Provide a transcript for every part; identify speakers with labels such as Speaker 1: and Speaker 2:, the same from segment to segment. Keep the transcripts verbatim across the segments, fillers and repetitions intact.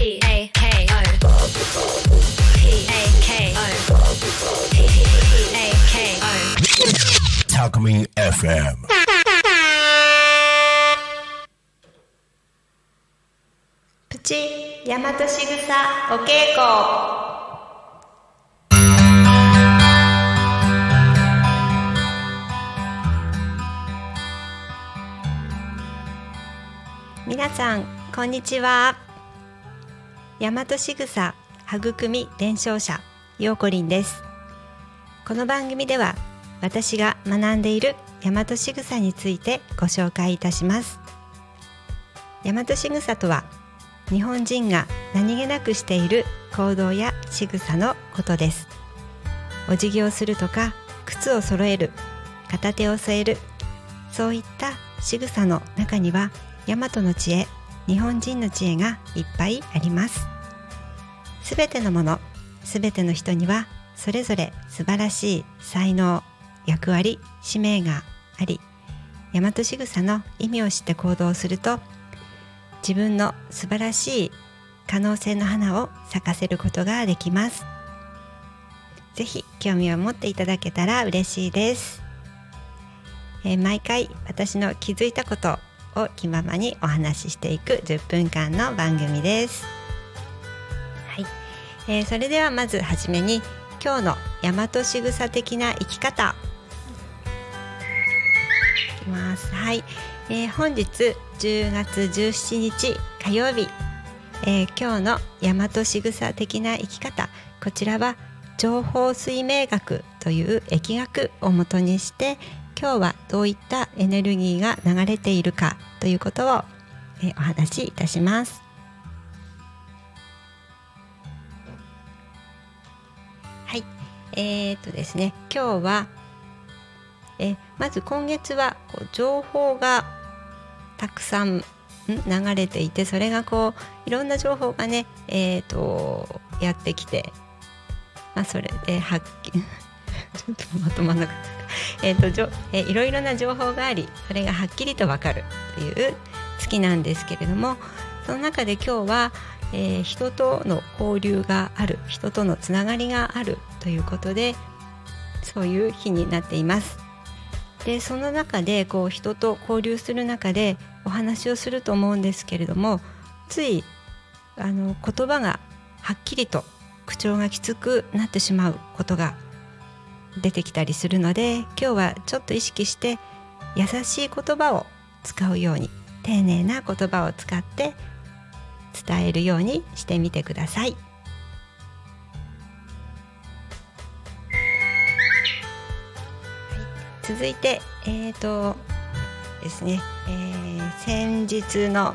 Speaker 1: P A K O P A K O P A K O タコミ エフエム
Speaker 2: プチ大和しぐさお稽古。皆さんこんにちは。大和しぐさ育み伝承者ようこりんです。この番組では私が学んでいる大和しぐさについてご紹介いたします。大和しぐさとは日本人が何気なくしている行動や仕草のことです。お辞儀をするとか、靴を揃える、片手を添える、そういった仕草の中には大和の知恵、日本人の知恵がいっぱいあります。すべてのもの、すべての人にはそれぞれ素晴らしい才能、役割、使命があり、大和しぐさの意味を知って行動すると、自分の素晴らしい可能性の花を咲かせることができます。ぜひ興味を持っていただけたら嬉しいです。えー、毎回私の気づいたことを気ままにお話ししていくじゅっぷんかんの番組です。はい、えー、それではまずはじめに今日の大和しぐさ的な生き方いきます。はい、えー、本日じゅうがつじゅうしちにち火曜日、えー、今日の大和しぐさ的な生き方、こちらは情報水明学という疫学をもとにして今日はどういったエネルギーが流れているかということを、えー、お話しいたします。はい、えー、っとですね今日は、えー、まず今月はこう情報がたくさん流れていて、それがこういろんな情報がね、えー、とやってきて、まあ、それではっきりちょっとまとまらなかった、えーとじょえー、いろいろな情報があり、それがはっきりと分かるという月なんですけれども、その中で今日は、えー、人との交流がある、人とのつながりがあるということで、そういう日になっています。でその中でこう人と交流する中でお話をすると思うんですけれども、ついあの言葉がはっきりと口調がきつくなってしまうことが出てきたりするので、今日はちょっと意識して優しい言葉を使うように、丁寧な言葉を使って伝えるようにしてみてください。続いて、えーとですね、えー、先日の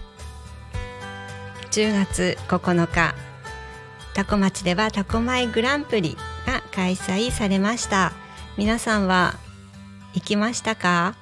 Speaker 2: じゅうがつここのか、多古町では多古米グランプリが開催されました。皆さんは行きましたか？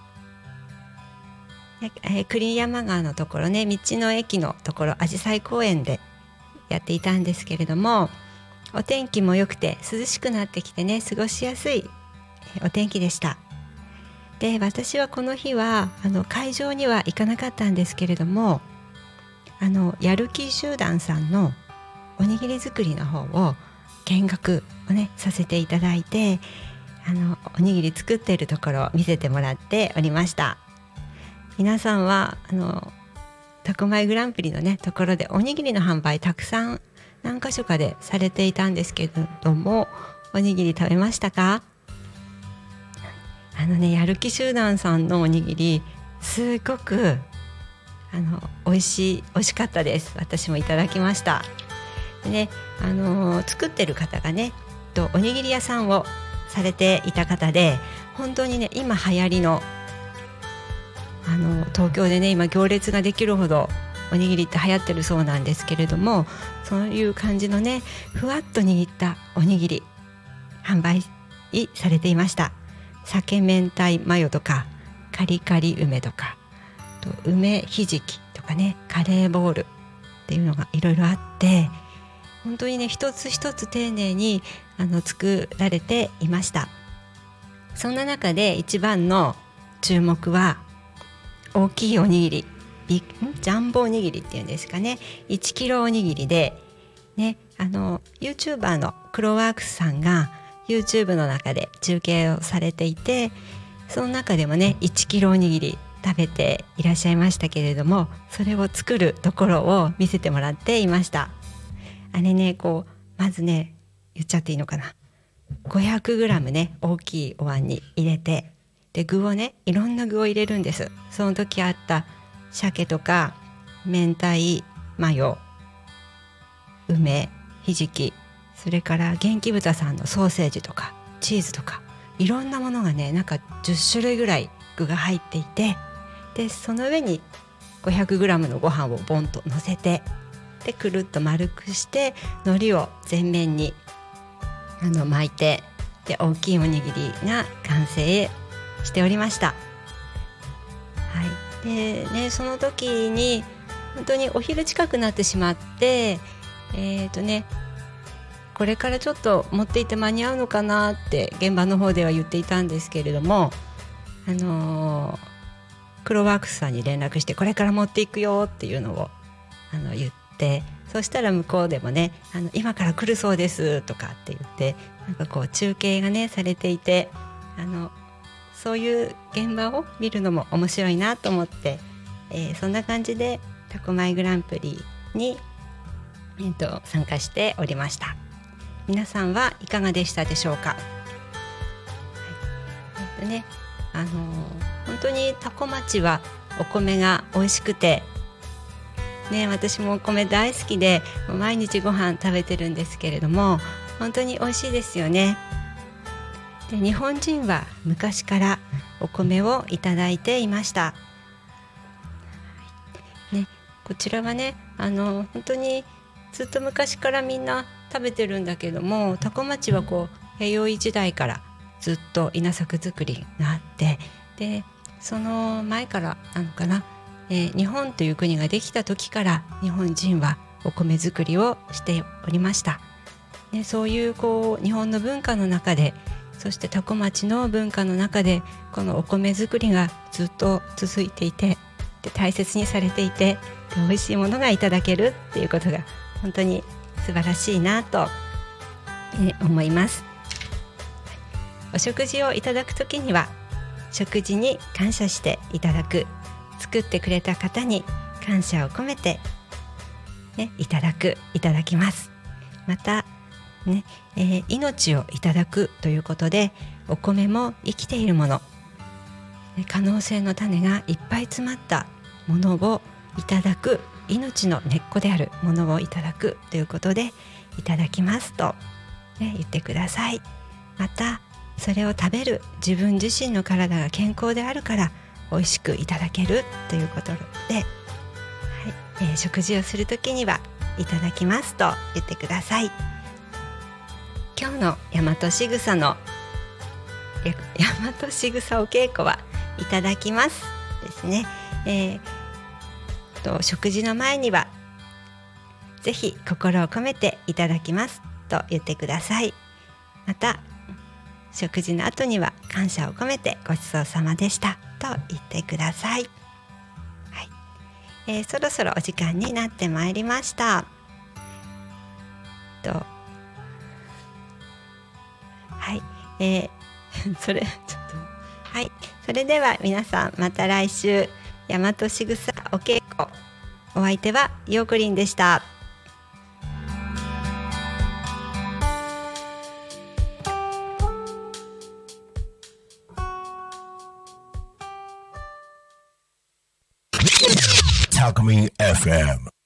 Speaker 2: えー、栗山川のところね、道の駅のところ、あじさい公園でやっていたんですけれども、お天気も良くて涼しくなってきてね、過ごしやすいお天気でした。で私はこの日はあの会場には行かなかったんですけれども、あのやる気集団さんのおにぎり作りの方を見学をねさせていただいて、あのおにぎり作っているところを見せてもらっておりました。皆さんはあの多古米グランプリのねところでおにぎりの販売たくさん何か所かでされていたんですけれども、おにぎり食べましたか？あのねやる気集団さんのおにぎりすごくあの美味しい美味しかったです。私もいただきました。でね、あのー、作ってる方がねとおにぎり屋さんをされていた方で、本当にね今流行りのあの東京でね今行列ができるほどおにぎりって流行ってるそうなんですけれども、そういう感じのねふわっと握ったおにぎり販売されていました。鮭明太マヨとかカリカリ梅とかと梅ひじきとかね、カレーボールっていうのがいろいろあって、本当にね一つ一つ丁寧にあの作られていました。そんな中で一番の注目は大きいおにぎり、 ビジャンボおにぎりっていうんですかね、いちキロおにぎりで、ね、あの YouTuber のクロワークスさんが YouTube の中で中継をされていて、その中でもねいちキロおにぎり食べていらっしゃいましたけれども、それを作るところを見せてもらっていました。あれね、こうまずね、言っちゃっていいのかな、ごひゃくグラム ね大きいお椀に入れて、で具をねいろんな具を入れるんです。その時あった鮭とか明太マヨ、梅、ひじき、それから元気豚さんのソーセージとかチーズとか、いろんなものがねなんかじゅっしゅるいぐらい具が入っていて、でその上に ごひゃくグラム のご飯をボンと乗せて、でくるっと丸くして海苔を全面にあの巻いて、で大きいおにぎりが完成しておりました。はい、でね、その時に本当にお昼近くなってしまって、えーとね、これからちょっと持っていて間に合うのかなって現場の方では言っていたんですけれども、あのー、クロワークスさんに連絡して、これから持っていくよっていうのをあの言って、そしたら向こうでもね、あの今から来るそうですとかって言って、なんかこう中継がねされていて、あのそういう現場を見るのも面白いなと思って、えー、そんな感じでタコマイグランプリに、えー、と参加しておりました。皆さんはいかがでしたでしょうか。はい、えーとね、あのー、本当に多古町はお米が美味しくて、ね、私もお米大好きで毎日ご飯食べてるんですけれども、本当に美味しいですよね。で日本人は昔からお米をいただいていました。ね、こちらはね、あの本当にずっと昔からみんな食べてるんだけども、多古町はこう平安時代からずっと稲作作りがあって、でその前からなのかな、えー、日本という国ができた時から日本人はお米作りをしておりました。でそういうこう日本の文化の中で、そして多古町の文化の中で、このお米作りがずっと続いていて、で大切にされていて、で美味しいものがいただけるっていうことが本当に素晴らしいなと、えー、思います。お食事をいただくときには、食事に感謝していただく、作ってくれた方に感謝を込めて、ね、いただく、いただきます。また、ねえー、命をいただくということで、お米も生きているもの、可能性の種がいっぱい詰まったものをいただく、命の根っこであるものをいただくということで、いただきますと、ね、言ってください。またそれを食べる自分自身の体が健康であるから美味しくいただけるということで、はいえー、食事をするときにはいただきますと言ってください。今日の大和しぐさの大和しぐさお稽古はいただきますですね。えー、と食事の前にはぜひ心を込めていただきますと言ってください。また食事の後には感謝を込めてごちそうさまでしたと言ってください。はいえー、そろそろお時間になってまいりました。とはい、えー、それちょっとはいそれでは皆さんまた来週、大和しぐさお稽古、お相手はようこりんでした。
Speaker 1: タコミ エフエム